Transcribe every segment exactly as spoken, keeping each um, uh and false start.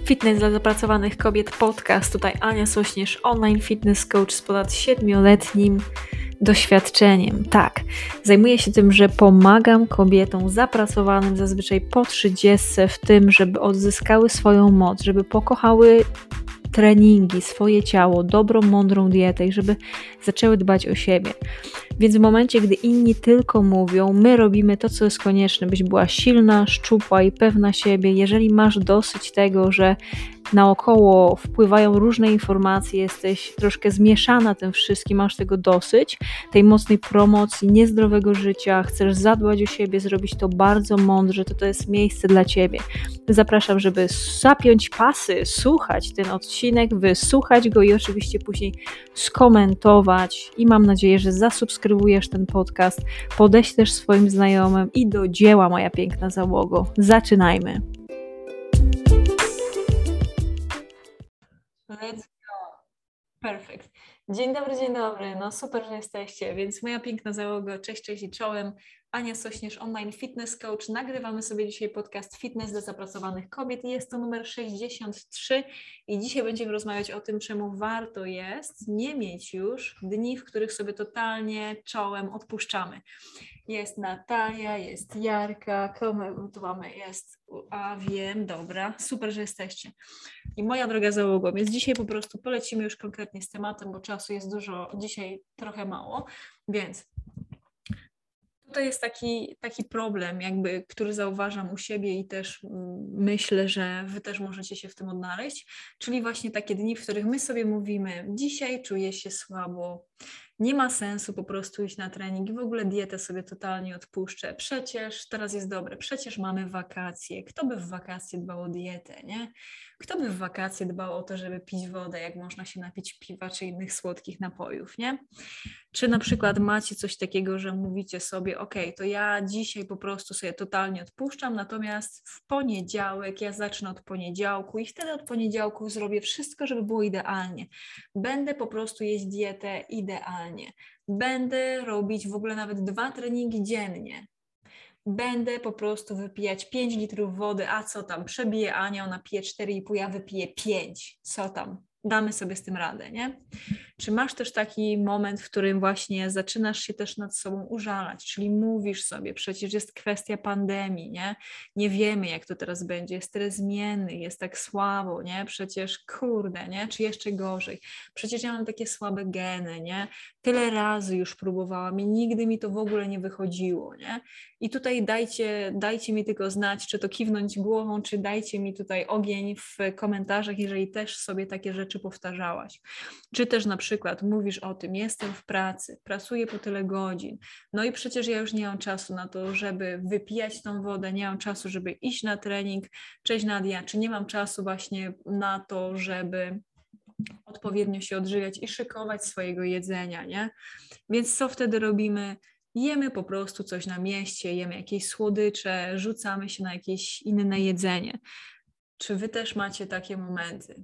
Fitness dla zapracowanych kobiet podcast. Tutaj Ania Sośnierz, online fitness coach z ponad siedmioletnim doświadczeniem. Tak, zajmuję się tym, że pomagam kobietom zapracowanym zazwyczaj po trzydziestce w tym, żeby odzyskały swoją moc, żeby pokochały treningi, swoje ciało, dobrą, mądrą dietę i żeby zaczęły dbać o siebie. Więc w momencie, gdy inni tylko mówią, my robimy to, co jest konieczne, byś była silna, szczupła i pewna siebie. Jeżeli masz dosyć tego, że naokoło wpływają różne informacje, jesteś troszkę zmieszana tym wszystkim, masz tego dosyć, tej mocnej promocji, niezdrowego życia, chcesz zadbać o siebie, zrobić to bardzo mądrze, to to jest miejsce dla Ciebie. Zapraszam, żeby zapiąć pasy, słuchać ten odcinek, wysłuchać go i oczywiście później skomentować i mam nadzieję, że zasubskrybujesz ten podcast, podeślesz swoim znajomym i do dzieła, moja piękna załogo. Zaczynajmy! Let's go. Perfekt. Dzień dobry, dzień dobry. No super, że jesteście. Więc moja piękna załoga, cześć, cześć i czołem. Ania Sośnierz, online fitness coach. Nagrywamy sobie dzisiaj podcast Fitness dla zapracowanych kobiet. Jest to numer sześćdziesiąt trzy i dzisiaj będziemy rozmawiać o tym, czemu warto jest nie mieć już dni, w których sobie totalnie czołem odpuszczamy. Jest Natalia, jest Jarka, komu tu mamy, jest, a wiem, dobra, super, że jesteście. I moja droga załogo, więc dzisiaj po prostu polecimy już konkretnie z tematem, bo czasu jest dużo, dzisiaj trochę mało, więc tutaj jest taki, taki problem, jakby, który zauważam u siebie i też myślę, że wy też możecie się w tym odnaleźć, czyli właśnie takie dni, w których my sobie mówimy, dzisiaj czuję się słabo, nie ma sensu po prostu iść na trening i w ogóle dietę sobie totalnie odpuszczę. Przecież teraz jest dobre, przecież mamy wakacje. Kto by w wakacje dbał o dietę, nie? Kto by w wakacje dbał o to, żeby pić wodę, jak można się napić piwa czy innych słodkich napojów, nie? Czy na przykład macie coś takiego, że mówicie sobie, ok, to ja dzisiaj po prostu sobie totalnie odpuszczam, natomiast w poniedziałek ja zacznę od poniedziałku i wtedy od poniedziałku zrobię wszystko, żeby było idealnie. Będę po prostu jeść dietę idealnie. Będę robić w ogóle nawet dwa treningi dziennie. Będę po prostu wypijać pięć litrów wody, a co tam, przebije Ania, ona pije cztery i pół, ja wypiję pięć, co tam, damy sobie z tym radę, nie? Czy masz też taki moment, w którym właśnie zaczynasz się też nad sobą użalać, czyli mówisz sobie, przecież jest kwestia pandemii, nie? Nie wiemy, jak to teraz będzie, jest tyle zmienny, jest tak słabo, nie? Przecież kurde, nie? Czy jeszcze gorzej? Przecież ja mam takie słabe geny, nie? Tyle razy już próbowałam i nigdy mi to w ogóle nie wychodziło, nie? I tutaj dajcie, dajcie mi tylko znać, czy to kiwnąć głową, czy dajcie mi tutaj ogień w komentarzach, jeżeli też sobie takie rzeczy powtarzałaś. Czy też na przykład mówisz o tym, jestem w pracy, pracuję po tyle godzin, no i przecież ja już nie mam czasu na to, żeby wypijać tą wodę, nie mam czasu, żeby iść na trening. Cześć Nadia, czy nie mam czasu właśnie na to, żeby odpowiednio się odżywiać i szykować swojego jedzenia, nie? Więc co wtedy robimy? Jemy po prostu coś na mieście, jemy jakieś słodycze, rzucamy się na jakieś inne jedzenie. Czy wy też macie takie momenty?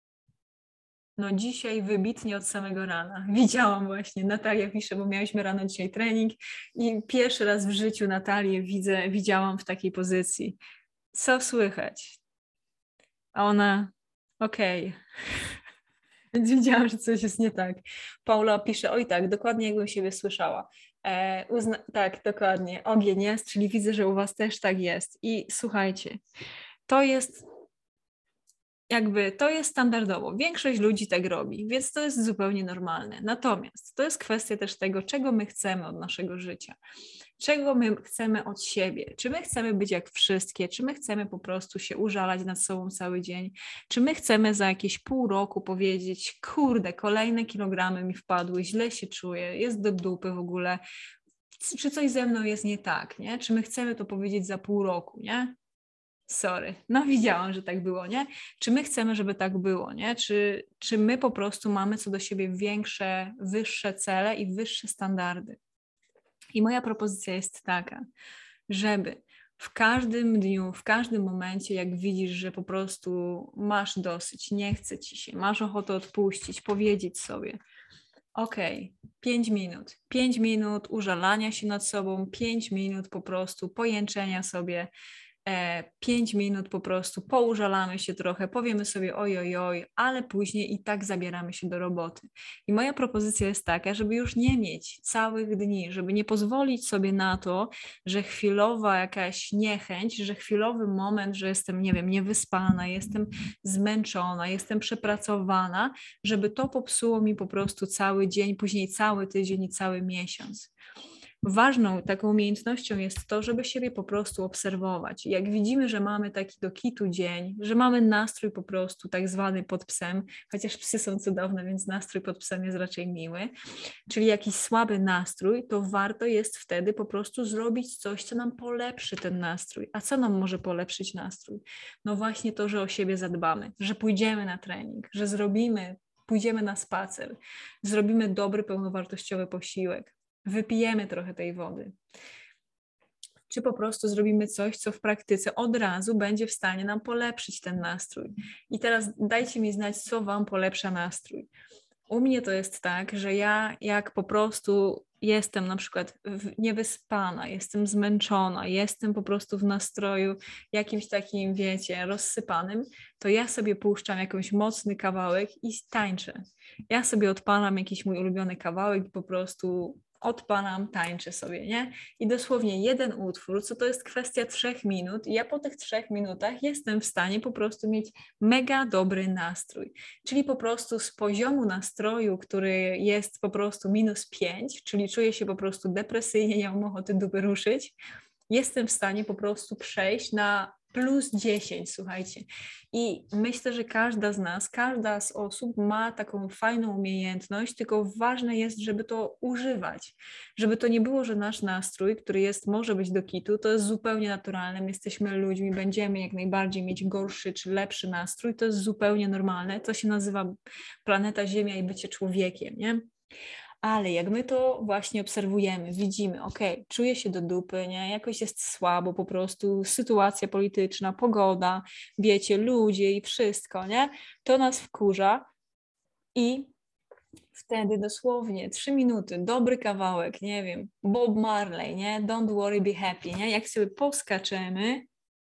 No dzisiaj wybitnie od samego rana. Widziałam właśnie, Natalia pisze, bo miałyśmy rano dzisiaj trening i pierwszy raz w życiu Natalię widzę, widziałam w takiej pozycji. Co słychać? A ona, okej. Okay. Więc widziałam, że coś jest nie tak. Paula pisze, oj tak, dokładnie jakbym siebie słyszała. E, uzna- tak, dokładnie, ogień jest, czyli widzę, że u was też tak jest. I słuchajcie, to jest jakby, to jest standardowo. Większość ludzi tak robi, więc to jest zupełnie normalne. Natomiast to jest kwestia też tego, czego my chcemy od naszego życia. Czego my chcemy od siebie? Czy my chcemy być jak wszystkie? Czy my chcemy po prostu się użalać nad sobą cały dzień? Czy my chcemy za jakieś pół roku powiedzieć, kurde, kolejne kilogramy mi wpadły, źle się czuję, jest do dupy w ogóle, czy coś ze mną jest nie tak, nie? Czy my chcemy to powiedzieć za pół roku, nie? Sorry, no widziałam, że tak było, nie? Czy my chcemy, żeby tak było, nie? Czy, czy my po prostu mamy co do siebie większe, wyższe cele i wyższe standardy? I moja propozycja jest taka, żeby w każdym dniu, w każdym momencie, jak widzisz, że po prostu masz dosyć, nie chce ci się, masz ochotę odpuścić, powiedzieć sobie, okej, pięć minut, pięć minut użalania się nad sobą, pięć minut po prostu pojęczenia sobie, pięć minut po prostu poużalamy się trochę, powiemy sobie oj, oj, oj, ale później i tak zabieramy się do roboty. I moja propozycja jest taka, żeby już nie mieć całych dni, żeby nie pozwolić sobie na to, że chwilowa jakaś niechęć, że chwilowy moment, że jestem, nie wiem, niewyspana, jestem zmęczona, jestem przepracowana, żeby to popsuło mi po prostu cały dzień, później cały tydzień i cały miesiąc. Ważną taką umiejętnością jest to, żeby siebie po prostu obserwować. Jak widzimy, że mamy taki do kitu dzień, że mamy nastrój po prostu tak zwany pod psem, chociaż psy są cudowne, więc nastrój pod psem jest raczej miły, czyli jakiś słaby nastrój, to warto jest wtedy po prostu zrobić coś, co nam polepszy ten nastrój. A co nam może polepszyć nastrój? No właśnie to, że o siebie zadbamy, że pójdziemy na trening, że zrobimy, pójdziemy na spacer, zrobimy dobry, pełnowartościowy posiłek, wypijemy trochę tej wody. Czy po prostu zrobimy coś, co w praktyce od razu będzie w stanie nam polepszyć ten nastrój. I teraz dajcie mi znać, co wam polepsza nastrój. U mnie to jest tak, że ja jak po prostu jestem na przykład niewyspana, jestem zmęczona, jestem po prostu w nastroju jakimś takim, wiecie, rozsypanym, to ja sobie puszczam jakiś mocny kawałek i tańczę. Ja sobie odpalam jakiś mój ulubiony kawałek i po prostu odpalam, tańczę sobie, nie? I dosłownie jeden utwór, co to jest kwestia trzech minut i ja po tych trzech minutach jestem w stanie po prostu mieć mega dobry nastrój. Czyli po prostu z poziomu nastroju, który jest po prostu minus pięć, czyli czuję się po prostu depresyjnie, nie mam ochoty dupy ruszyć, jestem w stanie po prostu przejść na plus dziesięć, słuchajcie. I myślę, że każda z nas, każda z osób ma taką fajną umiejętność, tylko ważne jest, żeby to używać. Żeby to nie było, że nasz nastrój, który jest, może być do kitu, to jest zupełnie naturalne. My jesteśmy ludźmi, będziemy jak najbardziej mieć gorszy czy lepszy nastrój. To jest zupełnie normalne. To się nazywa planeta Ziemia i bycie człowiekiem, nie? Ale jak my to właśnie obserwujemy, widzimy, ok, czuję się do dupy, nie? Jakoś jest słabo po prostu, sytuacja polityczna, pogoda, wiecie, ludzie i wszystko, nie? To nas wkurza i wtedy dosłownie trzy minuty, dobry kawałek, nie wiem, Bob Marley, nie? Don't worry, be happy, nie? Jak sobie poskaczemy,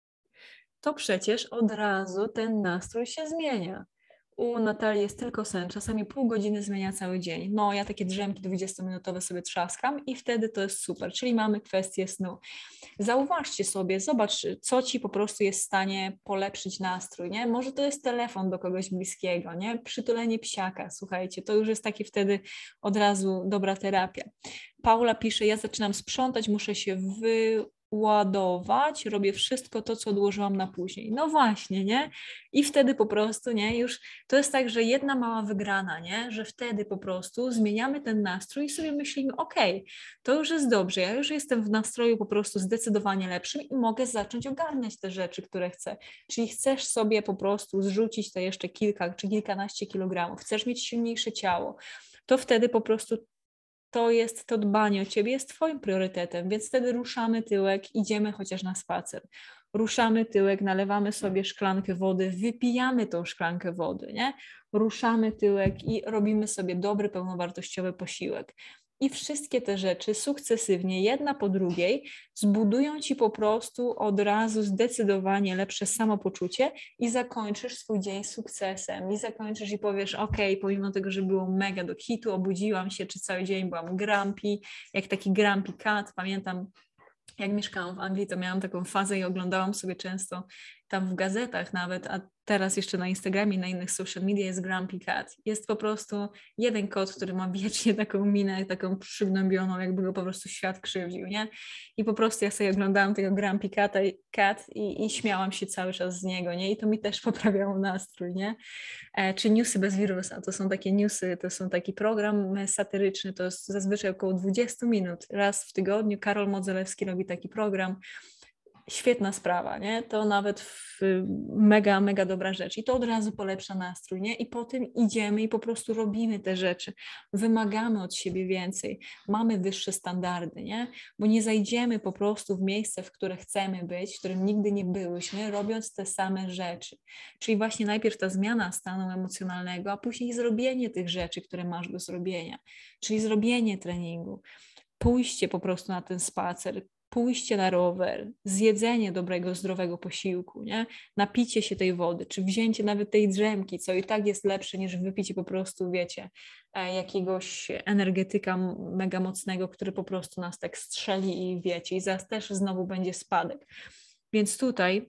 to przecież od razu ten nastrój się zmienia. U Natalii jest tylko sen, czasami pół godziny zmienia cały dzień. No, ja takie drzemki dwudziestominutowe sobie trzaskam i wtedy to jest super, czyli mamy kwestię snu. Zauważcie sobie, zobacz, co ci po prostu jest w stanie polepszyć nastrój, nie? Może to jest telefon do kogoś bliskiego, nie? Przytulenie psiaka, słuchajcie, to już jest taki wtedy od razu dobra terapia. Paula pisze, ja zaczynam sprzątać, muszę się wy... ładować, robię wszystko to, co odłożyłam na później. No właśnie, nie? I wtedy po prostu, nie? Już to jest tak, że jedna mała wygrana, nie? Że wtedy po prostu zmieniamy ten nastrój i sobie myślimy, okej, okay, to już jest dobrze, ja już jestem w nastroju po prostu zdecydowanie lepszym i mogę zacząć ogarniać te rzeczy, które chcę. Czyli chcesz sobie po prostu zrzucić te jeszcze kilka czy kilkanaście kilogramów, chcesz mieć silniejsze ciało, to wtedy po prostu to jest to dbanie o ciebie jest twoim priorytetem, więc wtedy ruszamy tyłek, idziemy chociaż na spacer. Ruszamy tyłek, nalewamy sobie szklankę wody, wypijamy tą szklankę wody, nie? Ruszamy tyłek i robimy sobie dobry, pełnowartościowy posiłek. I wszystkie te rzeczy sukcesywnie, jedna po drugiej, zbudują ci po prostu od razu zdecydowanie lepsze samopoczucie i zakończysz swój dzień sukcesem. I zakończysz i powiesz, ok, pomimo tego, że było mega do hitu, obudziłam się, czy cały dzień byłam grumpy, jak taki grumpy cat, pamiętam, jak mieszkałam w Anglii, to miałam taką fazę i oglądałam sobie często tam w gazetach nawet, a teraz jeszcze na Instagramie, na innych social media jest Grumpy Cat. Jest po prostu jeden kot, który ma wiecznie taką minę, taką przygnębioną, jakby go po prostu świat krzywdził, nie? I po prostu ja sobie oglądałam tego Grumpy Cata, Cat i, i śmiałam się cały czas z niego, nie? I to mi też poprawiało nastrój, nie? E, czy Newsy bez wirusa, to są takie newsy, to są taki program satyryczny, to jest zazwyczaj około dwadzieścia minut, raz w tygodniu. Karol Modzelewski robi taki program. Świetna sprawa, nie? To nawet w, mega, mega dobra rzecz. I to od razu polepsza nastrój, nie? I po tym idziemy i po prostu robimy te rzeczy. Wymagamy od siebie więcej. Mamy wyższe standardy, nie? Bo nie zajdziemy po prostu w miejsce, w które chcemy być, w którym nigdy nie byłyśmy, robiąc te same rzeczy. Czyli właśnie najpierw ta zmiana stanu emocjonalnego, a później zrobienie tych rzeczy, które masz do zrobienia. Czyli zrobienie treningu. Pójście po prostu na ten spacer, pójście na rower, zjedzenie dobrego, zdrowego posiłku, nie? Napicie się tej wody, czy wzięcie nawet tej drzemki, co i tak jest lepsze niż wypicie po prostu, wiecie, jakiegoś energetyka mega mocnego, który po prostu nas tak strzeli i wiecie, i zaraz też znowu będzie spadek. Więc tutaj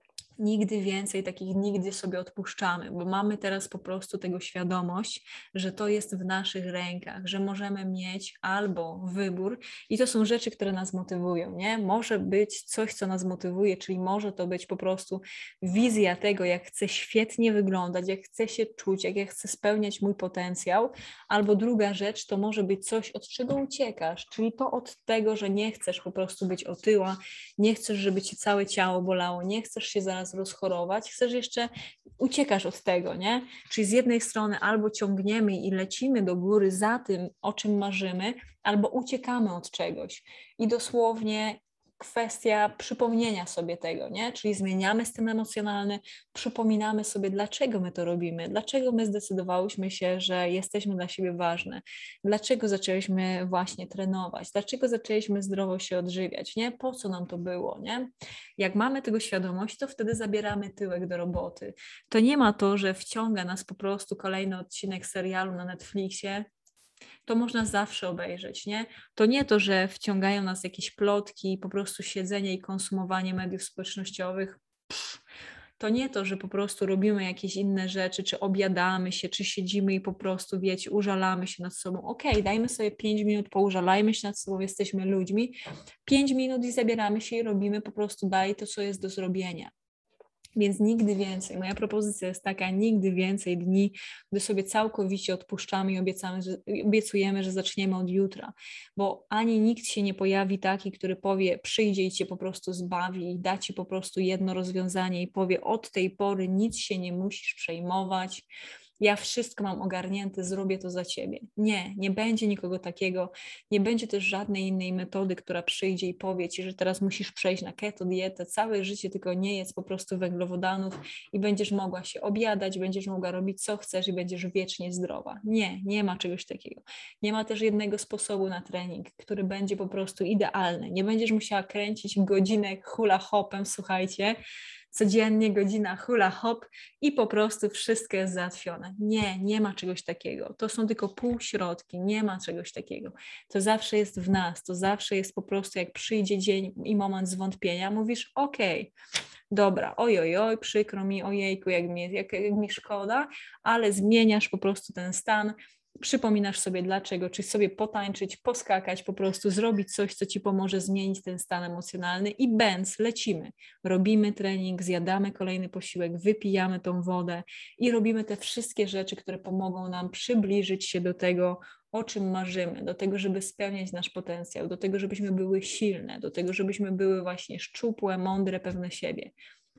nigdy więcej takich nigdy sobie odpuszczamy, bo mamy teraz po prostu tego świadomość, że to jest w naszych rękach, że możemy mieć albo wybór i to są rzeczy, które nas motywują, nie? Może być coś, co nas motywuje, czyli może to być po prostu wizja tego, jak chcę świetnie wyglądać, jak chcę się czuć, jak ja chcę spełniać mój potencjał, albo druga rzecz, to może być coś, od czego uciekasz, czyli to od tego, że nie chcesz po prostu być otyła, nie chcesz, żeby ci całe ciało bolało, nie chcesz się zaraz rozchorować, chcesz jeszcze, uciekasz od tego, nie? Czyli z jednej strony albo ciągniemy i lecimy do góry za tym, o czym marzymy, albo uciekamy od czegoś. I dosłownie kwestia przypomnienia sobie tego, nie? Czyli zmieniamy stan emocjonalny, przypominamy sobie, dlaczego my to robimy, dlaczego my zdecydowałyśmy się, że jesteśmy dla siebie ważne, dlaczego zaczęliśmy właśnie trenować, dlaczego zaczęliśmy zdrowo się odżywiać, nie? Po co nam to było, nie? Jak mamy tego świadomość, to wtedy zabieramy tyłek do roboty. To nie ma to, że wciąga nas po prostu kolejny odcinek serialu na Netflixie, to można zawsze obejrzeć, nie? To nie to, że wciągają nas jakieś plotki, po prostu siedzenie i konsumowanie mediów społecznościowych. Pff, to nie to, że po prostu robimy jakieś inne rzeczy, czy obiadamy się, czy siedzimy i po prostu, wiecie, użalamy się nad sobą. Okej, okay, dajmy sobie pięć minut, poużalajmy się nad sobą, jesteśmy ludźmi. Pięć minut i zabieramy się i robimy po prostu dalej to, co jest do zrobienia. Więc nigdy więcej, moja propozycja jest taka, nigdy więcej dni, gdy sobie całkowicie odpuszczamy i obiecamy, że, obiecujemy, że zaczniemy od jutra, bo ani nikt się nie pojawi taki, który powie, przyjdzie i cię po prostu zbawi i da ci po prostu jedno rozwiązanie i powie, od tej pory nic się nie musisz przejmować, ja wszystko mam ogarnięte, zrobię to za ciebie. Nie, nie będzie nikogo takiego, nie będzie też żadnej innej metody, która przyjdzie i powie ci, że teraz musisz przejść na keto dietę, całe życie tylko nie jedz po prostu węglowodanów i będziesz mogła się obiadać, będziesz mogła robić co chcesz i będziesz wiecznie zdrowa. Nie, nie ma czegoś takiego. Nie ma też jednego sposobu na trening, który będzie po prostu idealny. Nie będziesz musiała kręcić godzinę hula hopem, słuchajcie, codziennie godzina hula hop i po prostu wszystko jest załatwione. Nie, nie ma czegoś takiego. To są tylko półśrodki, nie ma czegoś takiego. To zawsze jest w nas, to zawsze jest po prostu jak przyjdzie dzień i moment zwątpienia, mówisz okej, okay, dobra, oj, oj, oj, przykro mi, ojejku, jak mi, jak, jak mi szkoda, ale zmieniasz po prostu ten stan, przypominasz sobie dlaczego, czy sobie potańczyć, poskakać, po prostu zrobić coś, co ci pomoże zmienić ten stan emocjonalny i bęc, lecimy. Robimy trening, zjadamy kolejny posiłek, wypijamy tą wodę i robimy te wszystkie rzeczy, które pomogą nam przybliżyć się do tego, o czym marzymy, do tego, żeby spełniać nasz potencjał, do tego, żebyśmy były silne, do tego, żebyśmy były właśnie szczupłe, mądre, pewne siebie.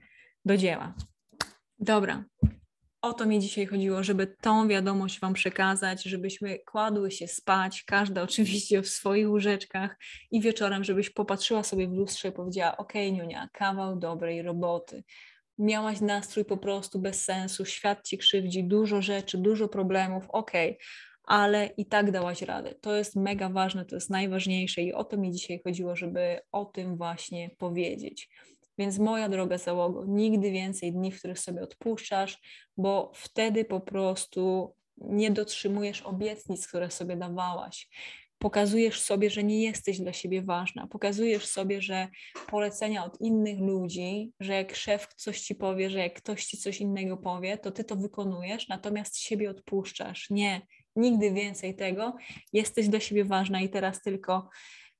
Do dzieła. Dobra. O to mi dzisiaj chodziło, żeby tą wiadomość wam przekazać, żebyśmy kładły się spać, każda oczywiście w swoich łóżeczkach i wieczorem, żebyś popatrzyła sobie w lustrze i powiedziała, okej, Niunia, kawał dobrej roboty. Miałaś nastrój po prostu bez sensu, świat ci krzywdzi, dużo rzeczy, dużo problemów, okej, ale i tak dałaś radę. To jest mega ważne, to jest najważniejsze i o to mi dzisiaj chodziło, żeby o tym właśnie powiedzieć. Więc moja droga załogo, nigdy więcej dni, w których sobie odpuszczasz, bo wtedy po prostu nie dotrzymujesz obietnic, które sobie dawałaś. Pokazujesz sobie, że nie jesteś dla siebie ważna. Pokazujesz sobie, że polecenia od innych ludzi, że jak szef coś ci powie, że jak ktoś ci coś innego powie, to ty to wykonujesz, natomiast siebie odpuszczasz. Nie, nigdy więcej tego. Jesteś dla siebie ważna i teraz tylko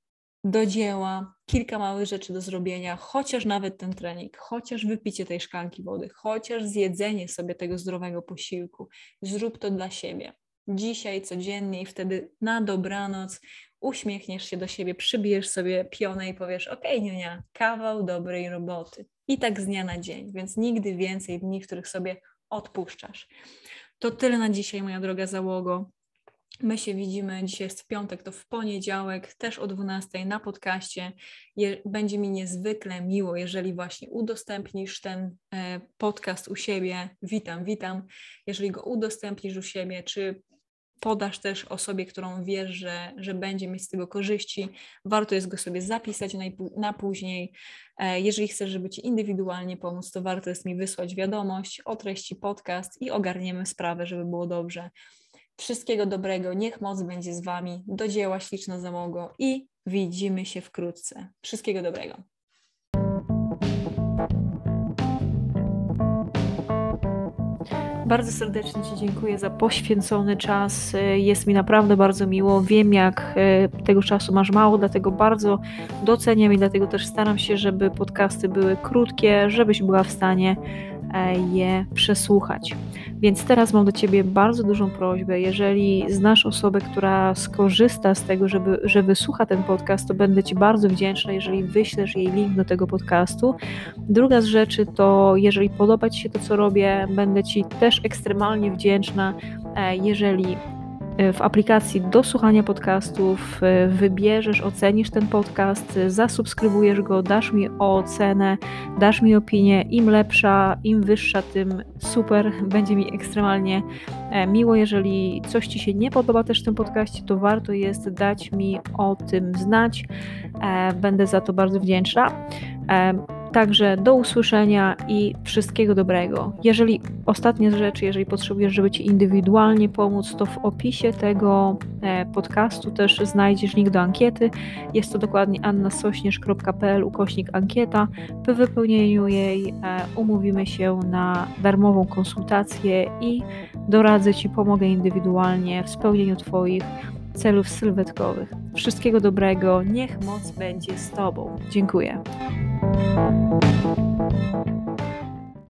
do dzieła, kilka małych rzeczy do zrobienia, chociaż nawet ten trening, chociaż wypicie tej szklanki wody, chociaż zjedzenie sobie tego zdrowego posiłku. Zrób to dla siebie. Dzisiaj, codziennie i wtedy na dobranoc uśmiechniesz się do siebie, przybijesz sobie pionę i powiesz, okej, Niunia, kawał dobrej roboty. I tak z dnia na dzień, więc nigdy więcej dni, w których sobie odpuszczasz. To tyle na dzisiaj, moja droga załogo. My się widzimy, dzisiaj jest piątek, to w poniedziałek, też o dwunastej na podcaście. Je, będzie mi niezwykle miło, jeżeli właśnie udostępnisz ten e, podcast u siebie. Witam, witam. Jeżeli go udostępnisz u siebie, czy podasz też osobie, którą wiesz, że, że będzie mieć z tego korzyści. Warto jest go sobie zapisać na, na później. Jeżeli chcesz, żeby Ci indywidualnie pomóc, to warto jest mi wysłać wiadomość o treści podcast i ogarniemy sprawę, żeby było dobrze. Wszystkiego dobrego, niech moc będzie z Wami. Do dzieła, śliczna załogo i widzimy się wkrótce. Wszystkiego dobrego. Bardzo serdecznie Ci dziękuję za poświęcony czas. Jest mi naprawdę bardzo miło. Wiem, jak tego czasu masz mało, dlatego bardzo doceniam i dlatego też staram się, żeby podcasty były krótkie, żebyś była w stanie je przesłuchać. Więc teraz mam do Ciebie bardzo dużą prośbę. Jeżeli znasz osobę, która skorzysta z tego, żeby, że wysłucha ten podcast, to będę Ci bardzo wdzięczna, jeżeli wyślesz jej link do tego podcastu. Druga z rzeczy to, jeżeli podoba Ci się to, co robię, będę Ci też ekstremalnie wdzięczna, jeżeli w aplikacji do słuchania podcastów wybierzesz, ocenisz ten podcast, zasubskrybujesz go, dasz mi ocenę, dasz mi opinię. Im lepsza, im wyższa, tym super. Będzie mi ekstremalnie miło. Jeżeli coś Ci się nie podoba też w tym podcaście, to warto jest dać mi o tym znać. Będę za to bardzo wdzięczna. Także do usłyszenia i wszystkiego dobrego. Jeżeli, ostatnia rzecz, jeżeli potrzebujesz, żeby Ci indywidualnie pomóc, to w opisie tego podcastu też znajdziesz link do ankiety. Jest to dokładnie annasośnierz kropka p l ukośnik ankieta. Po wypełnieniu jej umówimy się na darmową konsultację i doradzę Ci, pomogę indywidualnie w spełnieniu Twoich celów sylwetkowych. Wszystkiego dobrego, niech moc będzie z Tobą. Dziękuję. Thank you.